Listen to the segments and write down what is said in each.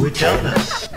We tell us.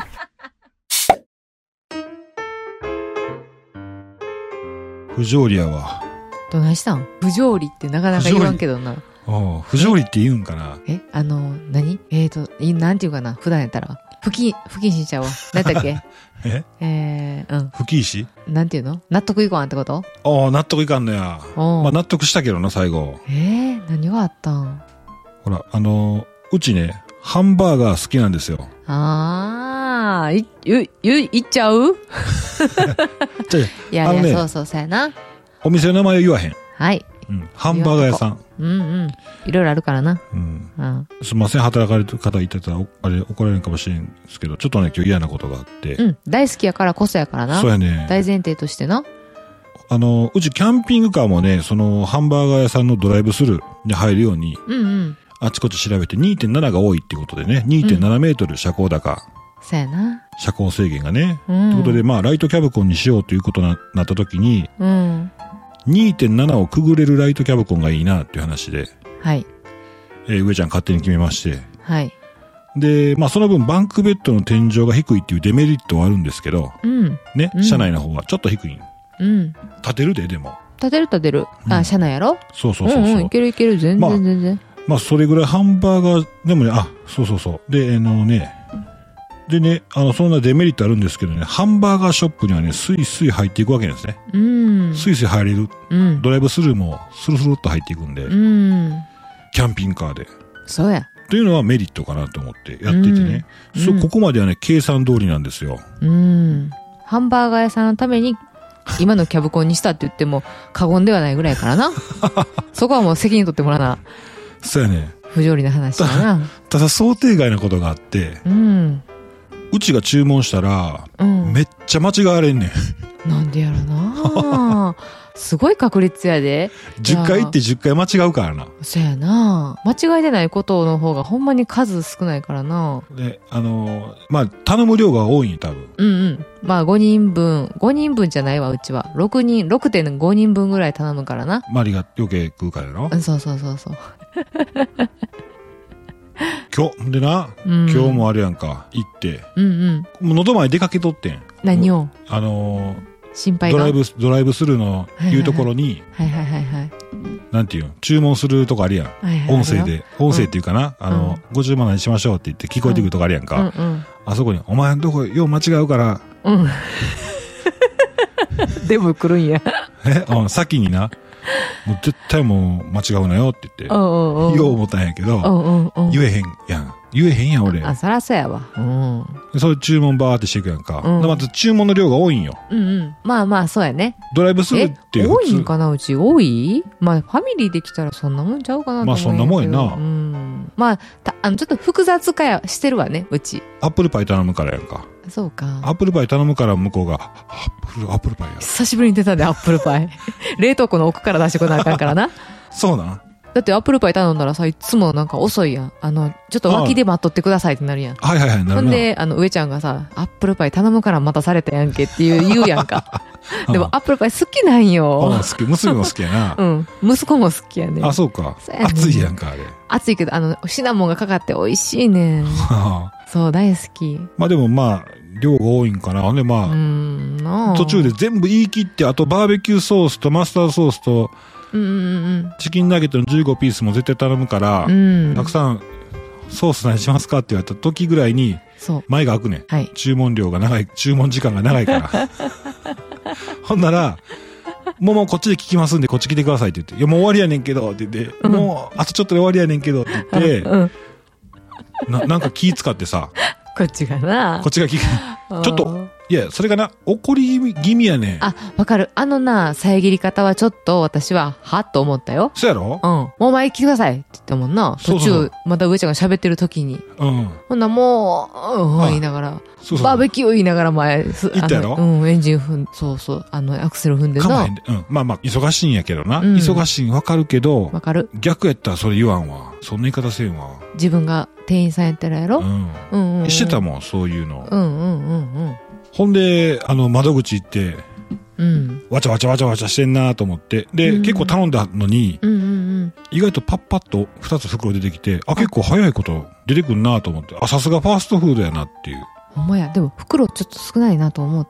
不条理やわ。 どないしたん？不条理ってなかなか言わんけどな。 不条理って言うんかな。 何？なんていうかな、普段やったら。不謹慎ちゃうわ。何だっけ？ 不謹慎？ なんていうの？納得いかんってこと？ 納得いかんのや。まあ納得したけどな、最後。 何があったん？ ほら、うちね、ハンバーガー好きなんですよ。 言っちゃう？いやいや、そうやな。 お店の名前は言わへん。 はい。 ハンバーガー屋さん。 いろいろあるからな。 すみません、働かれてる方いてたら、あれ、怒られるかもしれんですけど、ちょっとね、今日嫌なことがあって。 大好きやからこそやからな。 そうやね。 大前提としてな。 うちキャンピングカーもね、その、ハンバーガー屋さんのドライブスルーに入るように、あちこち調べて 2.7 が多いっていうことでね、2.7 メートル車高高。 そうやな。 車高制限がね。ということで、まあ、ライトキャブコンにしようということになった時に、2.7 をくぐれるライトキャブコンがいいなっていう話で、 はい。 上ちゃん勝手に決めまして、 はい。 で、まあその分バンクベッドの天井が低いっていうデメリットはあるんですけど、ね、車内の方はちょっと低い。立てるで、でも。 立てる。車内やろ？ そう。 いける、全然。 まあそれぐらいハンバーガー、でもね、そう。で、でね、そんなデメリットあるんですけどね、ハンバーガーショップにはね、スイスイ入っていくわけですね。スイスイ入れる。ドライブスルーもスルスルっと入っていくんで、キャンピングカーで。 そうや。 というのはメリットかなと思ってやっててね。ここまではね、計算通りなんですよ。 ハンバーガー屋さんのために、今のキャブコンにしたって言っても過言ではないぐらいからな。そこはもう責任取ってもらわな。 そうやね。 不条理な話だな。 ただ想定外なことがあって、うちが注文したら、めっちゃ間違われんねん。 なんでやろな。すごい確率やで。 10回行って10回間違うからな。 そうやな。間違えてないことの方がほんまに数少ないからな。 で、まあ、頼む量が多いんよ、多分。 まあ、5人分じゃないわ、うちは。6.5 人分ぐらい頼むからな。 周りが余計食うからやろ？ そう。 今日もあれやんか、行って。もう喉前出かけとってん。 何を？心配がドライブスルーのいうところに、なんていうの、注文するとこあるやん。音声っていうかな、50万にしましょうって言って聞こえてくるとこあるやんか。あそこに、お前のとこよう間違うから。 でも来るんや。 先にな、もう絶対もう間違うなよって言って、よう思ったんやけど、言えへんやん、俺。 そらそうやわ。 そういう注文バーってしていくやんか。まず注文の量が多いんよ。 まあ、そうやね。 ドライブスルーって多いんかな、うち。多い？まあ、ファミリーできたらそんなもんちゃうかなと思う。 まあ、そんなもんやな。 まあ、ちょっと複雑化してるわね、うち。 アップルパイ頼むからやんか。 そうか。 アップルパイ頼むから向こうが、アップルパイや。 久しぶりに出たで、アップルパイ。冷凍庫の奥から出してこなあかんからな。 そうなん？ だってアップルパイ頼んだらさ、いつもなんか遅いやん。ちょっと脇で待っとってくださいってなるやん。 なるな。 ほんで、上ちゃんがさ、アップルパイ頼むから待たされたやんけって言うやんか。でもアップルパイ好きなんよ。 好き。娘も好きやな。 息子も好きやね。 そうか。熱いやんか、あれ。 熱いけど、シナモンがかかって美味しいねん。そう、大好き。 まあでもまあ、量が多いんかな。ほんでまあ、途中で全部言い切って、あとバーベキューソースとマスタードソースと、チキンナゲットの15ピースも絶対頼むから、たくさんソース何しますかって言われた時ぐらいに、前が開くねん。注文時間が長いから。ほんなら、もうこっちで聞きますんでこっち来てくださいって言って、いやもう終わりやねんけどって言って、もうあとちょっとで終わりやねんけどって言って、なんか気使ってさ、 こっちが聞く。ちょっと、いや、それがな、怒り気味やねん。 わかる。遮り方はちょっと私は、はっと思ったよ。 そうやろ？ もうお前来てくださいって言ったもんな。途中、また上ちゃんが喋ってる時に。ほんなもう、言いながら、バーベキュー言いながら前、 行ったやろ？ エンジン踏ん、そう、アクセル踏んでな。 かまへんで。まあ、忙しいんやけどな。忙しいんわかるけど、 わかる。 逆やったらそれ言わんわ。そんな言い方せんわ。 自分が店員さんやったらやろ？ してたもん、そういうの。ほんで、窓口行って、わちゃわちゃしてんなと思って。で、結構頼んだのに、 意外とパッパッと2つ袋出てきて、結構早いこと出てくんなと思って、さすがファーストフードやなっていう。 ほんまや。でも袋ちょっと少ないなと思った。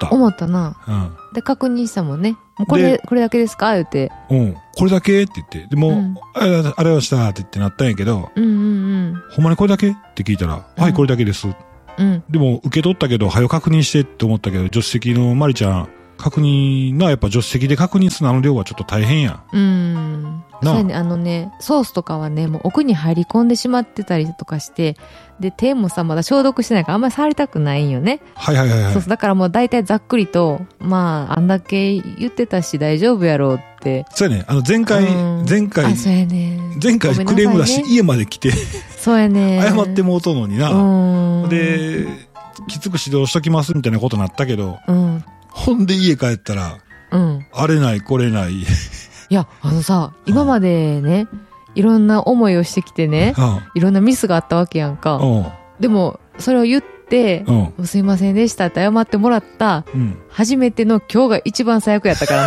思ったな。で、確認したもんね。もうこれだけですか言って。 これだけって言って。でも、あれはしたって言ってなったんやけど、ほんまにこれだけって聞いたら、はい、これだけです。でも、受け取ったけど、早確認してって思ったけど、助手席のマリちゃん、確認な、やっぱ助手席で確認する量はちょっと大変やん。 そうやね、ソースとかはね、もう奥に入り込んでしまってたりとかして、で、手もさ、まだ消毒してないからあんまり触りたくないんよね。そう、だからもう大体ざっくりと、あんだけ言ってたし大丈夫やろうって。 そうやね、前回そうやね。 前回クレームだし、家まで来て、 そうやね。 謝ってもうとんのにな。で、きつく指導しときますみたいなことになったけど、ほんで家帰ったら、あれない、これない。 いや、今までね、いろんな思いをしてきてね、いろんなミスがあったわけやんか。でも、それを言って、すいませんでしたって謝ってもらった、初めての今日が一番最悪やったから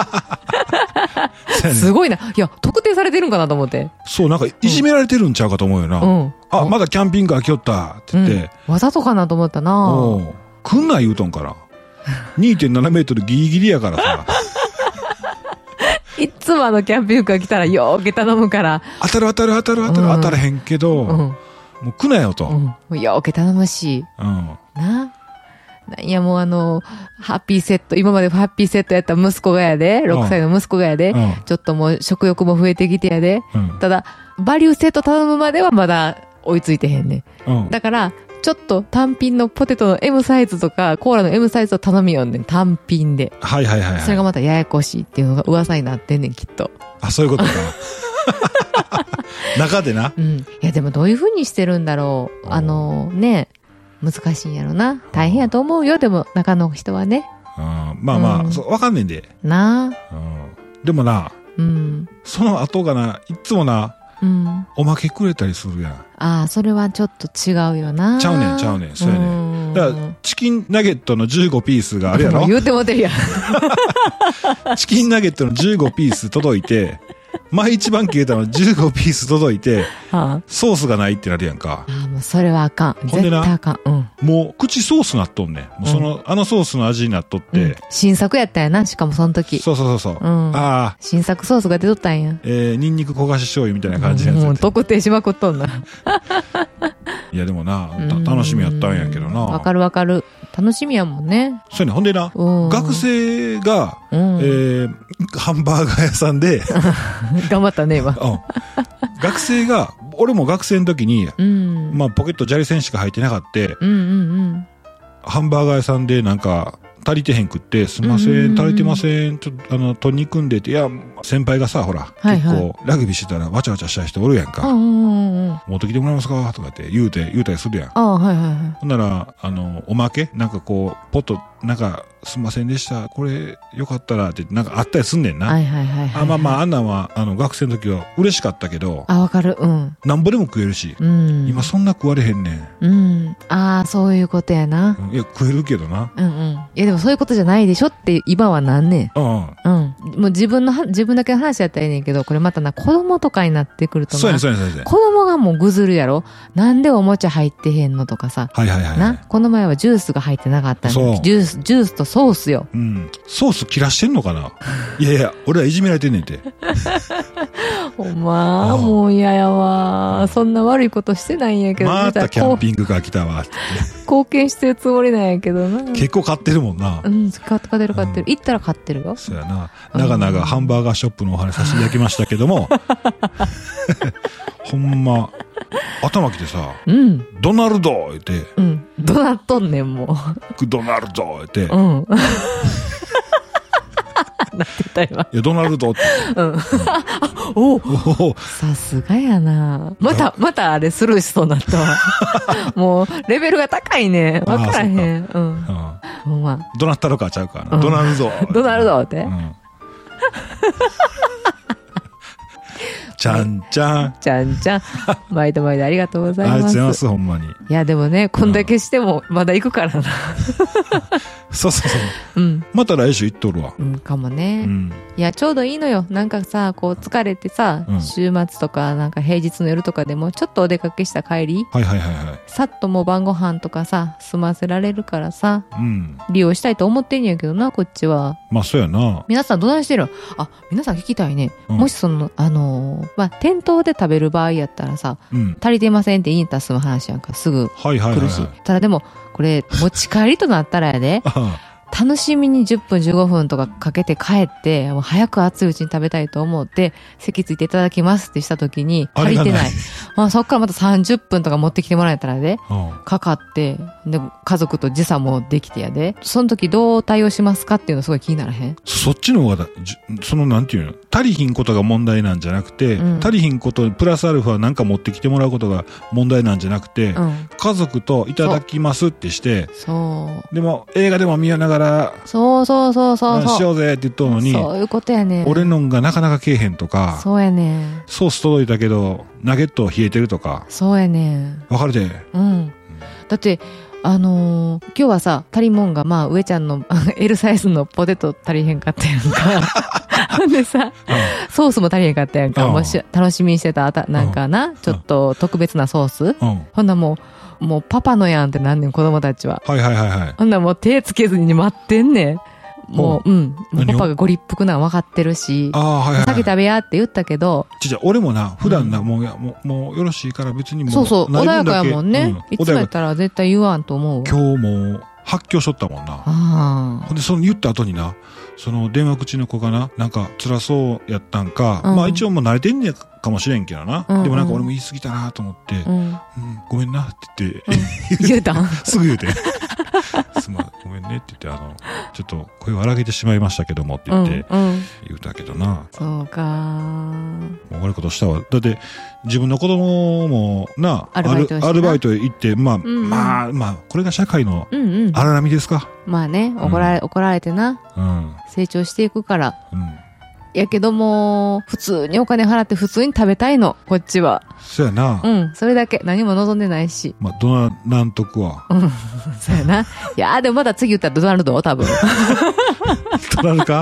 な。すごいな。いや、特定されてるんかなと思って。 そう、なんかいじめられてるんちゃうかと思うよな。まだキャンピングカー来よったって言って。 わざとかなと思ったな。 来んない言うとんから。2.7 メートルギリギリやからさ。 いつもキャンピングカー来たらよーけ頼むから。 当たらへんけど、もう来なよと。 よーけ頼むし。いやもうハッピーセット、今までハッピーセットやった息子がやで、6歳の息子がやで、ちょっともう食欲も増えてきてやで。ただ、バリューセット頼むまではまだ追いついてへんね。だから、ちょっと単品のポテトの M サイズとか、コーラの M サイズを頼みよんねん。単品で。それがまたややこしいっていうのが噂になってんねん、きっと。 そういうことか。中でな。 いや、でもどういう風にしてるんだろう。難しいんやろな。大変やと思うよ、でも、中の人はね。 わかんねんで。でもな、その後がな、いつもな、おまけくれたりするやん。 それはちょっと違うよな。 ちゃうねん。そうやねん。だから、チキンナゲットの15ピースがあるやろ。 言うてもてるやん。チキンナゲットの15ピース届いて、前一番消えたの15ピース届いて、ソースがないってなるやんか。 もうそれはあかん。絶対あかん。 もう口ソースなっとんねん。もうソースの味になっとって。 新作やったんやな、しかもその時。 そう。 新作ソースが出とったんや。 ニンニク焦がし醤油みたいな感じのやつ。 もう特定しまくっとんな。 いやでもな、楽しみやったんやけどな。 わかる。楽しみやもんね。 そうやね。ほんでな、学生が、ハンバーガー屋さんで、 頑張ったね、今。 学生が、俺も学生の時に、ポケット砂利線しか入ってなかった。ハンバーガー屋さんでなんか、足りてへんくって、すいません、足りてません、ちょっと、取りに行くんでって、いや、先輩がさ、ほら、結構、ラグビーしてたらわちゃわちゃした人おるやんか。持ってきてもらえますかとかって言うたりするやん。ほんなら、おまけなんかこう、ポッと、なんか、すいませんでした。これ、よかったらって、なんかあったりすんねんな。あんなんは、学生の時は嬉しかったけど。 わかる。 なんぼでも食えるし。今そんな食われへんねん。 そういうことやな。 いや、食えるけどな。 いや、でもそういうことじゃないでしょって今はなんねん。もう自分だけの話やったらええねんけど、これまたな、子供とかになってくるとな。 そうや。 子供がもうぐずるやろ。なんでおもちゃ入ってへんのとかさ。な、この前はジュースが入ってなかったんで。ジュースとソースよ。 ソース切らしてんのかな。いや、俺はいじめられてんねんて。 もう嫌やわ。そんな悪いことしてないんやけど。 またキャンピングカー来たわって。 貢献してるつもりなんやけどな。 結構買ってるもんな。 買ってる。行ったら買ってるよ。 そうやな。長々ハンバーガーショップのお話させていただきましたけども。ほんま、頭きてさ、ドナルド言って。 どなっとんねん、もう。ドナルド言って。 なってた今。 いや、ドナルドって。 さすがやな。またあれスルーしそうになったわ。もう、レベルが高いね。わからへん。ほんま。 ドナったろかちゃうかな。ドナルド。 ドナルドって。 ちゃんちゃん。 毎度ありがとうございます。 ありがとうございます、ほんまに。 いや、でもね、こんだけしてもまだ行くからな。 そうそうそう。うん。また来週行っとるわ。 うん、かもね。うん。いや、ちょうどいいのよ。なんかさ、こう疲れてさ、週末とか、なんか平日の夜とかでも、ちょっとお出かけした帰り。 はいはいはいはい。 さっともう晩ご飯とかさ、済ませられるからさ、うん。利用したいと思ってんやけどな、こっちは。 まあ、そうやな。 皆さんどないしてるの？あ、皆さん聞きたいね。もしその、まあ、店頭で食べる場合やったらさ、足りてませんって言いに行ったら済む話やんか、すぐ来るし。ただでも、これ、持ち帰りとなったらやで、楽しみに10分15分とかかけて帰って、もう早く熱いうちに食べたいと思って、席ついていただきますってした時に、足りてない。まあそっからまた30分とか持ってきてもらえたらで、かかって、で、家族と時差もできてやで、その時どう対応しますかっていうのすごい気にならへん？ そっちの方がそのなんていうの、足りひんことが問題なんじゃなくて、足りひんことプラスアルファなんか持ってきてもらうことが問題なんじゃなくて、家族といただきますってして、でも映画でも見ながら、 そうしようぜって言っとるのに、 そういうことやね。 俺のがなかなかけえへんとか、 そうやね。 ソース届いたけどナゲット冷えてるとか、 そうやね。 わかるで。 うん。だって今日はさ、足りもんがまあ上ちゃんのL サイズのポテト足りへんかったやんか。ほんでさ、ソースも足りへんかったやんか。もし楽しみにしてたなんかな、ちょっと特別なソース。ほんなもうパパのやんってなんねん、子供たちは。 はいはいはいはい。 ほんなもう手つけずに待ってんねん。もう、もうパパがご立腹なん分かってるし、先食べやって言ったけど。 俺もな、普段な、もうよろしいから別にもう。 そうそう、穏やかやもんね。いつもやったら絶対言わんと思う。 今日も発狂しとったもんな。ほんで、その言った後にな、その電話口の子がな、なんか辛そうやったんか、まあ一応もう慣れてんねやかもしれんけどな。でもなんか俺も言い過ぎたなと思って、ごめんなって言って、 言うたんすぐ言うて。ごめんねって言って、ちょっと声を荒げてしまいましたけどもって言って、言うたけどな。 そうか。 もう悪いことしたわ。だって、自分の子供もな、アルバイト行って、まあ、これが社会の荒波ですか。 まあね、怒られてな、成長していくから。やけども、普通にお金払って普通に食べたいの、こっちは。 そうやな。 それだけ。何も望んでないし。 まあ、ドナルドクは。 そうやな。いやでもまだ次言ったらドナルド多分。 ドナルか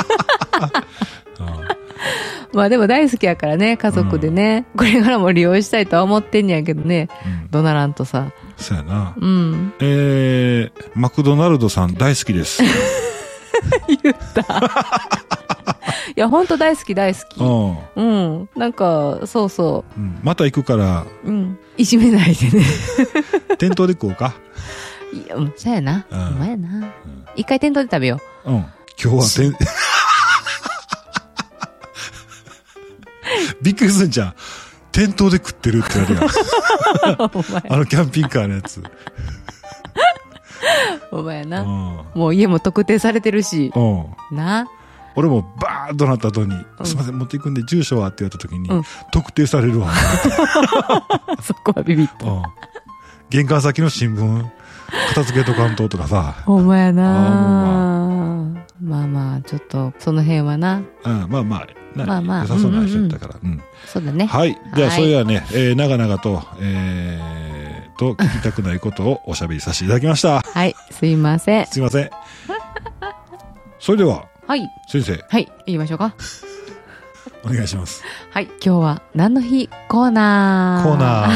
まあでも大好きやからね、家族でね。これからも利用したいとは思ってんやけどね。ドナランとさ。 そうやな。マクドナルドさん大好きです。 言った。いや、ほんと大好き大好き。なんか、そうそう。 また行くから。 いじめないでね。 店頭で食おうか。 いや、そうやな。うまやな。一回店頭で食べよう。今日はびっくりするんじゃん。店頭で食ってるって言われるやん。キャンピングカーのやつ。 お前な。もう家も特定されてるし。な。 俺もバーッとなった後に、すいません、持っていくんで住所はって言われた時に、特定されるわ。 そこはビビッと。 玄関先の新聞、片付けと関東とかさ。 お前な。まあまあ、ちょっと、その辺はな。 まあまあ、良さそうな人だったから。 そうだね。 はい。では、それではね、長々と、聞きたくないことをおしゃべりさせていただきました。 はい、すいません。 すいません。それでは、 はい。 先生。 はい、言いましょうか。 お願いします。 はい、今日は何の日コーナー。 コーナー。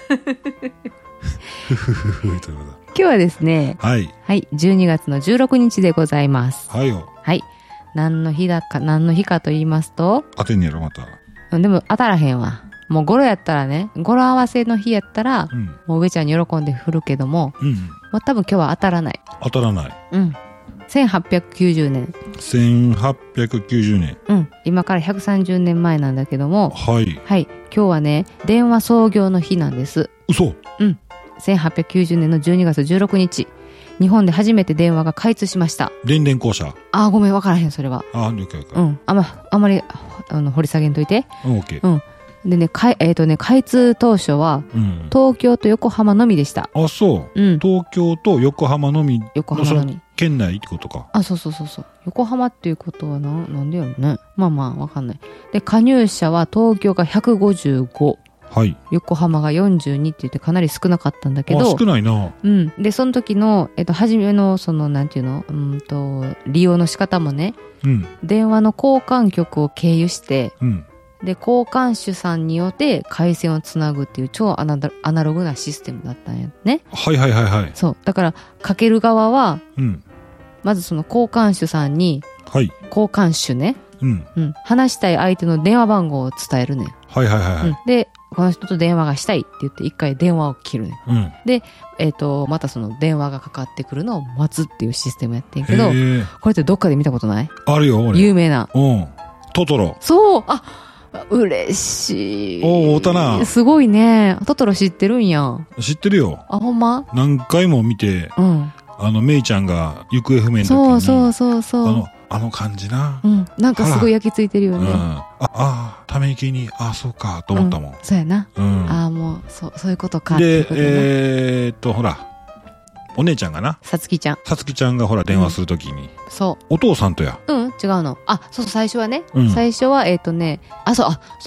今日はですね、 はい。 はい、12月の16日でございます。 はいよ。 はい。何の日かと言いますと、 当てんねやろ、また。 でも当たらへんわ。もう語呂やったらね、語呂合わせの日やったら、もう上ちゃんに喜んで振るけども、もう多分今日は当たらない。 当たらない。 1890年。 1890年。 今から130年前なんだけども。 はい。 はい。今日はね、電話創業の日なんです。 嘘。 1890年の12月16日。日本で初めて電話が開通しました。 電電公社。 ごめん、わからへん、それは。 了解か。 あんまり、掘り下げんといて。 オッケー。 でね、開通当初は、東京と横浜のみでした。 あ、そう。東京と横浜のみ。 横浜のみ。 県内ってことか。 そうそう。横浜っていうことはなんでやろね。まあまあ、わかんない。で、加入者は東京が155。 はい。 横浜が42って言ってかなり少なかったんだけど。 少ないな。 うん。で、その時の、初めの、なんていうの利用の仕方もね、うん、電話の交換局を経由して、うん、で、交換手さんによって回線をつなぐっていう超アナログなシステムだったんやね。 はいはいはいはい。 そう。だから、かける側は、うん、まずその交換手さんに、はい。交換手ね。うん。うん。話したい相手の電話番号を伝えるね。 はいはいはい、はいうん。 で、この人と電話がしたいって言って一回電話を切るね。うん。で、またその電話がかかってくるのを待つっていうシステムやってんけど、これってどっかで見たことない？ あるよ、俺。 有名な。 うん。トトロ。 そう嬉しい。 おったな。 すごいね。トトロ知ってるんや。 知ってるよ。 あ、ほんま？ 何回も見て、うん。メイちゃんが行方不明の時に。 そう。 あの感じな。 うん。なんかすごい焼き付いてるよね。うん。 ため息に、そうか、と思ったもん。 そうやな。うん。もう、そういうことか。 で、ほら、お姉ちゃんがな。 さつきちゃんがほら、電話するときに。 そう。 お父さんとや。 うん、違うの。そう、最初はね。最初は、そう、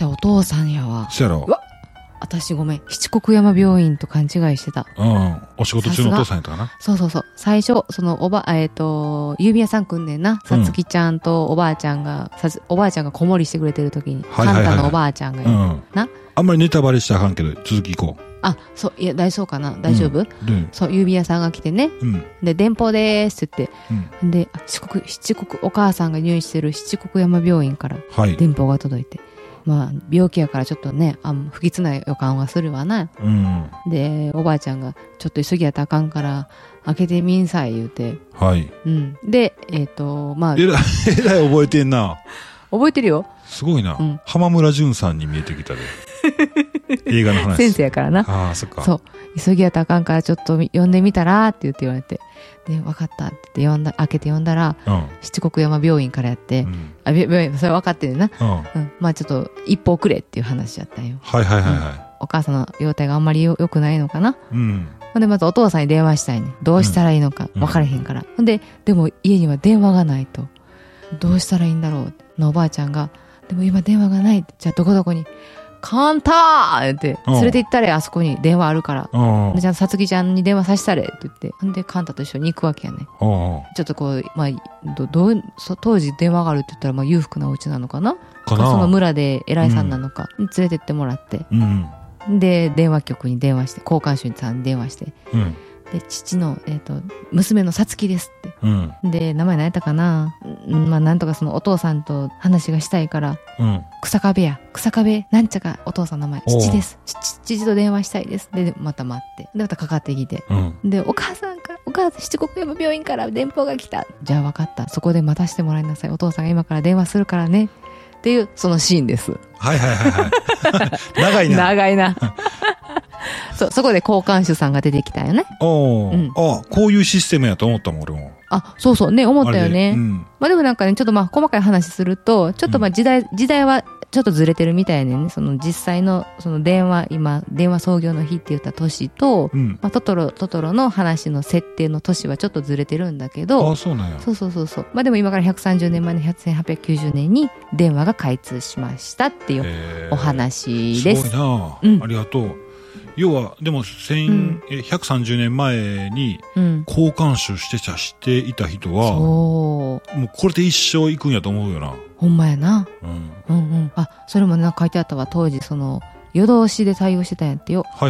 お父さんやわ。 そうやろ。 私ごめん。七国山病院と勘違いしてた。 うん。お仕事中のお父さんやったかな。 そう。最初、郵便屋さん組んでんな。さつきちゃんとおばあちゃんが、おばあちゃんが子守りしてくれてる時に、カンタのおばあちゃんがいる。な。 あんまりネタバレしたらあかんけど、続き行こう。 そう、いや、大丈夫かな？大丈夫？そう、郵便屋さんが来てね。で、電報でーすって言って。で、七国、お母さんが入院してる七国山病院から電報が届いて。病気やからちょっとね、不吉な予感はするわな。うん。で、おばあちゃんが、ちょっと急ぎやったらあかんから、開けてみんさい言うて。 はい。 うん。で、えらい覚えてんな。 覚えてるよ。 すごいな。浜村淳さんに見えてきたで。映画の話。 先生やからな。 そっか。 そう。急ぎやったらあかんからちょっと呼んでみたらって言って。で、分かったって言って開けて呼んだら、七国山病院からやって、病院、それ分かってるな。ちょっと一歩遅れっていう話やったんよ。 はい。 お母さんの容体があんまり良くないのかな。ほんで、まずお父さんに電話したいね。どうしたらいいのか分からへんから。ほんで、でも家には電話がないと。どうしたらいいんだろうのおばあちゃんが、でも今電話がない。じゃあどこどこに。カンターって連れて行ったれ、あそこに電話あるから。で、じゃあさつきちゃんに電話させたれって言って。ほんで、カンタと一緒に行くわけやね。ちょっとこう、当時電話があるって言ったら、裕福なお家なのかな？その村で偉いさんなのか。連れてってもらって。で、電話局に電話して、交換手さんに電話して。で、父の、娘のさつきですって。で、名前何やったかな？なんとかそのお父さんと話がしたいから、草壁、なんちゃかお父さんの名前、父です。父と電話したいです。で、また待って。で、またかかってきて。で、お母さん、七国山病院から電報が来た。じゃあ分かった。そこで待たせてもらいなさい。お父さんが今から電話するからね。っていう、そのシーンです。 はい。長いな。 長いな。そこで交換手さんが出てきたよね。 こういうシステムやと思ったもん、俺も。 そうね、思ったよね。でもなんかね、ちょっと細かい話すると、ちょっと時代はちょっとずれてるみたいね。その実際の、その電話創業の日って言った年と、トトロの話の設定の年はちょっとずれてるんだけど。 そうなんや。 そう。でも今から130年前の1890年に電話が開通しましたっていうお話です。 すごいな。ありがとう。要は、でも、130年前に、交換手していた人は、もうこれで一生行くんやと思うよな。 ほんまやな。それも書いてあったわ。当時、夜通しで対応してたんやってよ。 はい。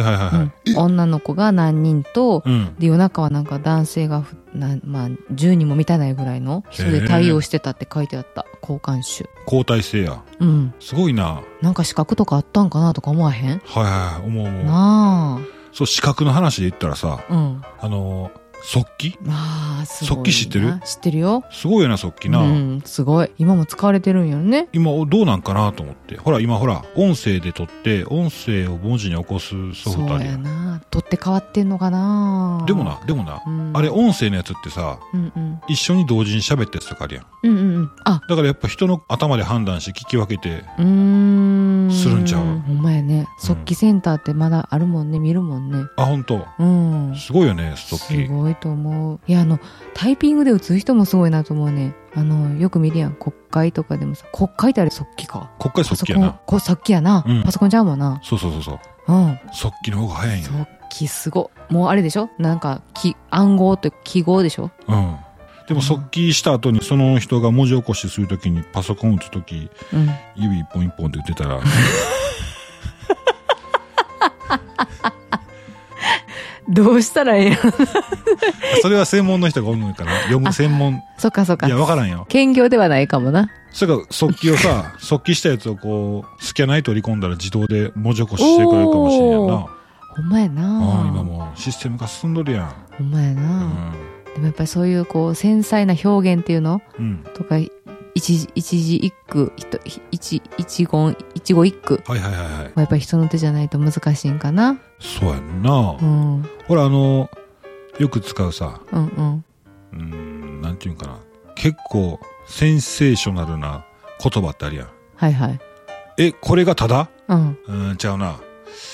女の子が何人と、で、夜中はなんか男性が10人も満たないぐらいの人で対応してたって書いてあった。交換手。 交代制や。すごいな。 なんか資格とかあったんかなとか思わへん？ 思う。 なあ。 そう、資格の話で言ったらさ、速記？ すごい。 速記知ってる？ 知ってるよ。 すごいよな、速記な。 すごい。今も使われてるんよね。 今、どうなんかなと思って。今音声で撮って、音声を文字に起こすソフトあるやん。 そうやな。撮って変わってんのかな。 でもな、あれ音声のやつってさ、一緒に同時に喋ったやつとかあるやん。だからやっぱ人の頭で判断して聞き分けて、するんちゃう？ ほんまやね。速記センターってまだあるもんね、見るもんね。 ほんと。すごいよね、速記。 すごいと思う。いや、タイピングで打つ人もすごいなと思うね。よく見るやん。国会とかでもさ、国会ってあれ速記か。 国会速記やな。 速記やな。パソコンちゃうもんな。 そう。 うん。 速記の方が早いんよ。 速記すご。もうあれでしょなんか、暗号と記号でしょうん。でも速記した後にその人が文字起こしするときにパソコン打つとき、うん、指一本一本で打ってたら。 どうしたらええやろそれは専門の人がおるのから読む専門。 そっかそっか。 いや、わからんよ。 兼業ではないかもな。 それから速記をさ、速記したやつをこう、スキャナーに取り込んだら自動で文字起こししてくれるかもしれんやな。 ほんまやな。 今もうシステムが進んどるやん。 ほんまやな。でもやっぱりそういうこう、繊細な表現っていうの、とか、一字一句、一語一句。 はいはいはいはい。 やっぱり人の手じゃないと難しいんかな。 そうやんな。ほらよく使うさ、なんていうんかな。結構、センセーショナルな言葉ってあるやん。 はいはい。 これがただ？ちゃうな。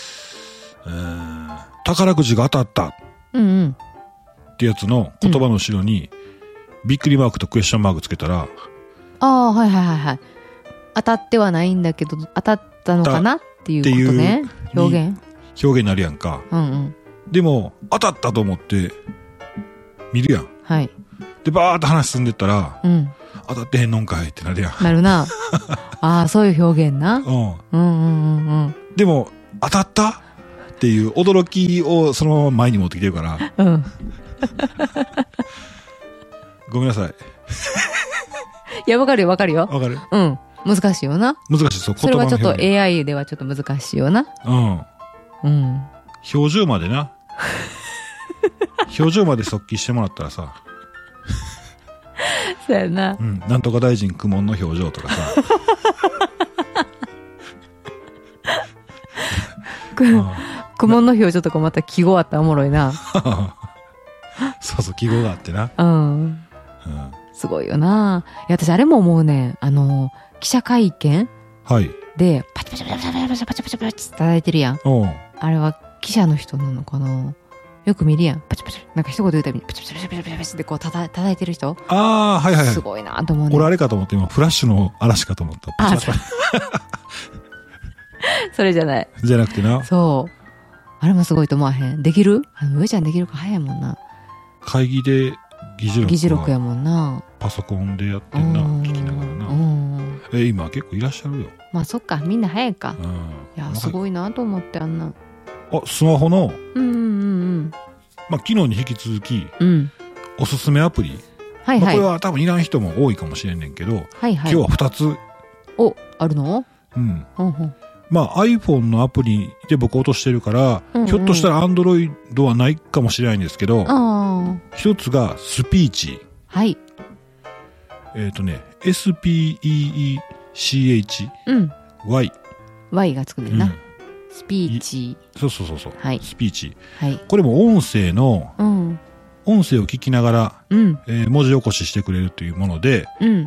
宝くじが当たった。ってやつの言葉の後ろに、びっくりマークとクエスチョンマークつけたら、 はいはいはいはい。当たってはないんだけど、当たったのかなっていうことね。表現になるやんか。でも、当たったと思って、見るやん。 はい。 で、バーっと話進んでったら、当たってへんのんかいってなるやん。 なるな。そういう表現な。 でも、当たったっていう驚きをそのまま前に持ってきてるから。ごめんなさい。 いや、わかるよわかるよ。 わかる？ 難しいよな。 難しい、そう、 言葉の表現。それはちょっと AI ではちょっと難しいよな。 表情までな。表情まで速記してもらったらさ。 そうやな。 なんとか大臣苦悶の表情とかさ。 苦悶の表情とかまた記号あったらおもろいな。 そうそう、記号があってな。 すごいよな。いや、私あれも思うね。記者会見で、パチパチパチパチパチパチパチパチって叩いてるやん。あれは記者の人なのかな。よく見るやん。パチパチ。なんか一言言うたびに、パチパチパチパチパチパチってこう叩いてる人。 はいはいはい。 すごいなと思うね。 俺あれかと思って、今、フラッシュの嵐かと思った。パチパチパチ。 それじゃない。 じゃなくてな。 そう。あれもすごいと思わへん。できる？上ちゃんできるか早いもんな。 会議で議事録やもんな。 パソコンでやってんな、聞きながらな。今結構いらっしゃるよ。 まあそっか、みんな早いか。いや、すごいなと思って、あんな。 スマホの、まあ昨日に引き続き、おすすめアプリ。これは多分いらん人も多いかもしれんねんけど、今日は2つ。 あるの？ まあ iPhone のアプリで僕落としてるから、ひょっとしたら Android はないかもしれないんですけど、一つがスピーチ。 はい。 SPEECH。Y がつくねんな。スピーチ。 そう。スピーチ。これも音声を聞きながら、文字起こししてくれるというもので、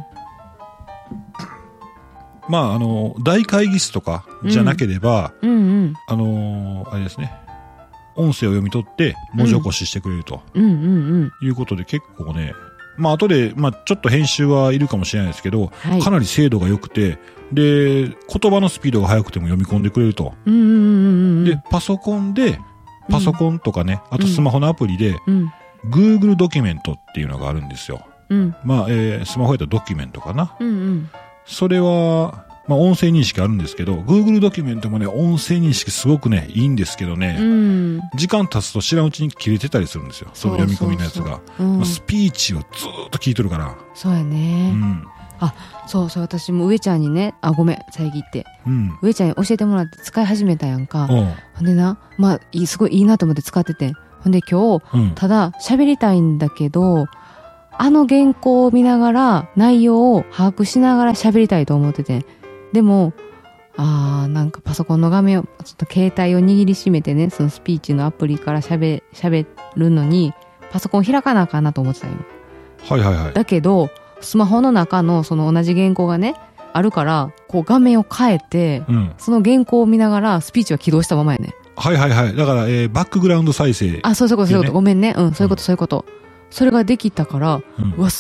まあ、大会議室とかじゃなければ、あれですね、音声を読み取って文字起こししてくれるということで結構ね、まあ後で、まあちょっと編集はいるかもしれないですけど、かなり精度が良くて、で、言葉のスピードが速くても読み込んでくれると。で、パソコンとかね、あとスマホのアプリで、Google ドキュメントっていうのがあるんですよ。まあ、スマホやったらドキュメントかな。それは、まあ音声認識あるんですけど、Google ドキュメントもね、音声認識すごくね、いいんですけどね、時間経つと知らんうちに切れてたりするんですよ。その読み込みのやつが。スピーチをずーっと聞いとるから。 そうやね。そう、私も上ちゃんにね、ごめん、遮って。上ちゃんに教えてもらって使い始めたやんか。ほんでな、まあ、すごいいいなと思って使ってて。ほんで今日、ただ喋りたいんだけど、原稿を見ながら内容を把握しながら喋りたいと思ってて。でも、なんかパソコンの画面を、ちょっと携帯を握りしめてね、そのスピーチのアプリから喋るのに、パソコンを開かなあかんなと思ってたよ。だけど、スマホの中のその同じ原稿がね、あるから、こう画面を変えて、その原稿を見ながらスピーチは起動したままやね。 だから、バックグラウンド再生、 そういうこと。ごめんね。そういうこと。それができたから、うわ、すっ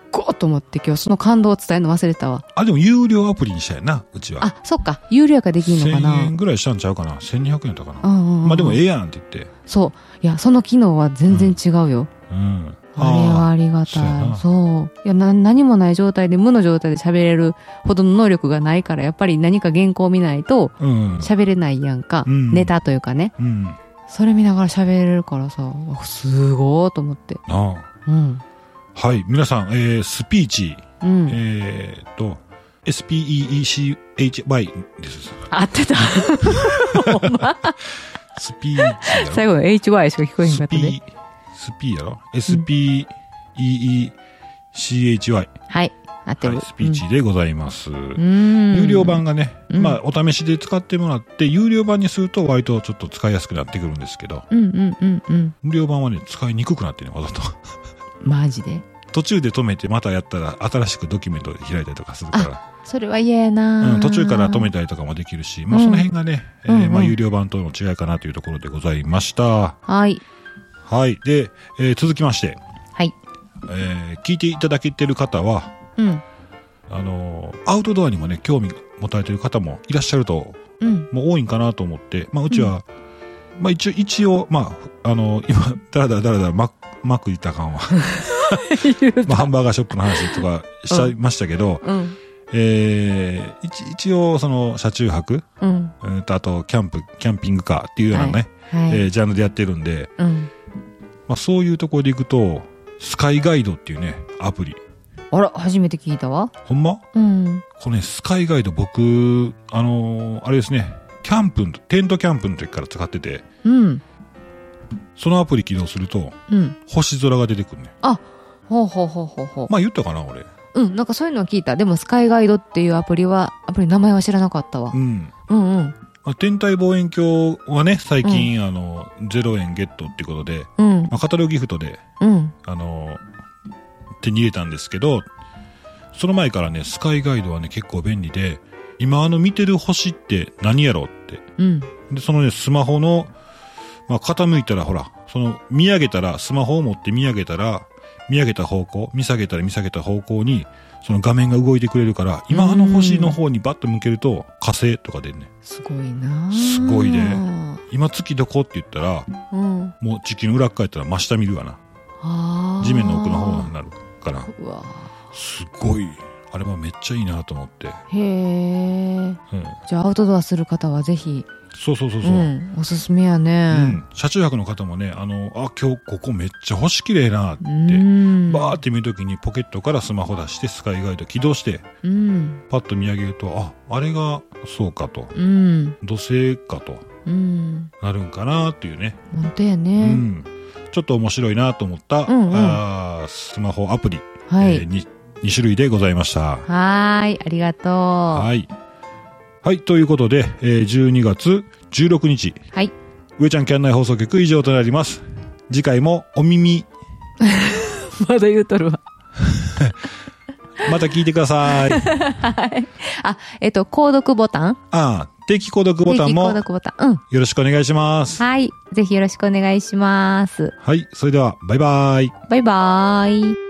ごーと思って今日その感動を伝えるの忘れたわ。 あ、でも有料アプリにしたやな、うちは。 あ、そっか。有料化できんのかな。 1000円ぐらいしたんちゃうかな。1200円やったかな。まあでもええやんって言って。 そう。いや、その機能は全然違うよ。あれはありがたい。そう。いや、何もない状態で、無の状態で喋れるほどの能力がないから、やっぱり何か原稿を見ないと、喋れないやんか。ネタというかね。それ見ながら喋れるからさ、すごーと思って。 はい。皆さん、スピーチ、SPEECHY です。 合ってた。 スピーチ。 最後の HY しか聞こえへんかったね。 スピーやろ ?SPEECHY。 はい。合ってる。 スピーチでございます。有料版がね、まあ、お試しで使ってもらって、有料版にすると割とちょっと使いやすくなってくるんですけど、無料版はね、使いにくくなってね、わざと。 マジで途中で止めてまたやったら新しくドキュメント開いたりとかするから。 それは嫌やな、 途中から止めたりとかもできるし、まあその辺がね、まあ有料版との違いかなというところでございました。 はい。 はい。で、続きまして。 はい。 聞いていただけてる方は、アウトドアにもね、興味持たれてる方もいらっしゃると、もう多いんかなと思って、まあうちは、まあ一応、まあ、今、だらだらマック行ったらあかんわ。まあ、ハンバーガーショップの話とかしちゃいましたけど、一応その車中泊、あとキャンピングカーっていうようなね、ジャンルでやってるんで、まあ、そういうところで行くと、スカイガイドっていうね、アプリ。 あら、初めて聞いたわ。 ほんま？このね、スカイガイド僕、あれですね、テントキャンプの時から使ってて、そのアプリ起動すると、星空が出てくるね。 あ、ほう。 まあ言ったかな、俺。 なんかそういうのを聞いた。でもスカイガイドっていうアプリ名前は知らなかったわ。天体望遠鏡はね、最近、0円ゲットっていうことで、まあ、カタログギフトで、手に入れたんですけど、その前からね、スカイガイドはね、結構便利で、今見てる星って何やろって。で、そのね、スマホの、まあ、傾いたらほら、見上げたら、スマホを持って見上げたら、見上げた方向、見下げたら見下げた方向に、その画面が動いてくれるから、今星の方にバッと向けると、火星とか出るね。 すごいなすごいね。今月どこって言ったら、もう地球の裏側やったら真下見るわな。地面の奥の方になるから。すごい。あれはめっちゃいいなと思って。じゃあアウトドアする方はぜひ。そう。 おすすめやね。 車中泊の方もね、今日ここめっちゃ星綺麗なって、バーって見るときにポケットからスマホ出してスカイガイド起動して、パッと見上げると、あれがそうかと、土星かと、なるんかなっていうね。 本当やね。 ちょっと面白いなと思った、スマホアプリ、2種類でございました。 ありがとう。 はい、ということで、12月16日。上ちゃんキャン内放送局以上となります。次回もお耳。 まだ言うとるわ。 また聞いてください。 購読ボタン？ 定期購読ボタンも。よろしくお願いします。 ぜひよろしくお願いします。 はい、それでは、バイバイ。 バイバイ。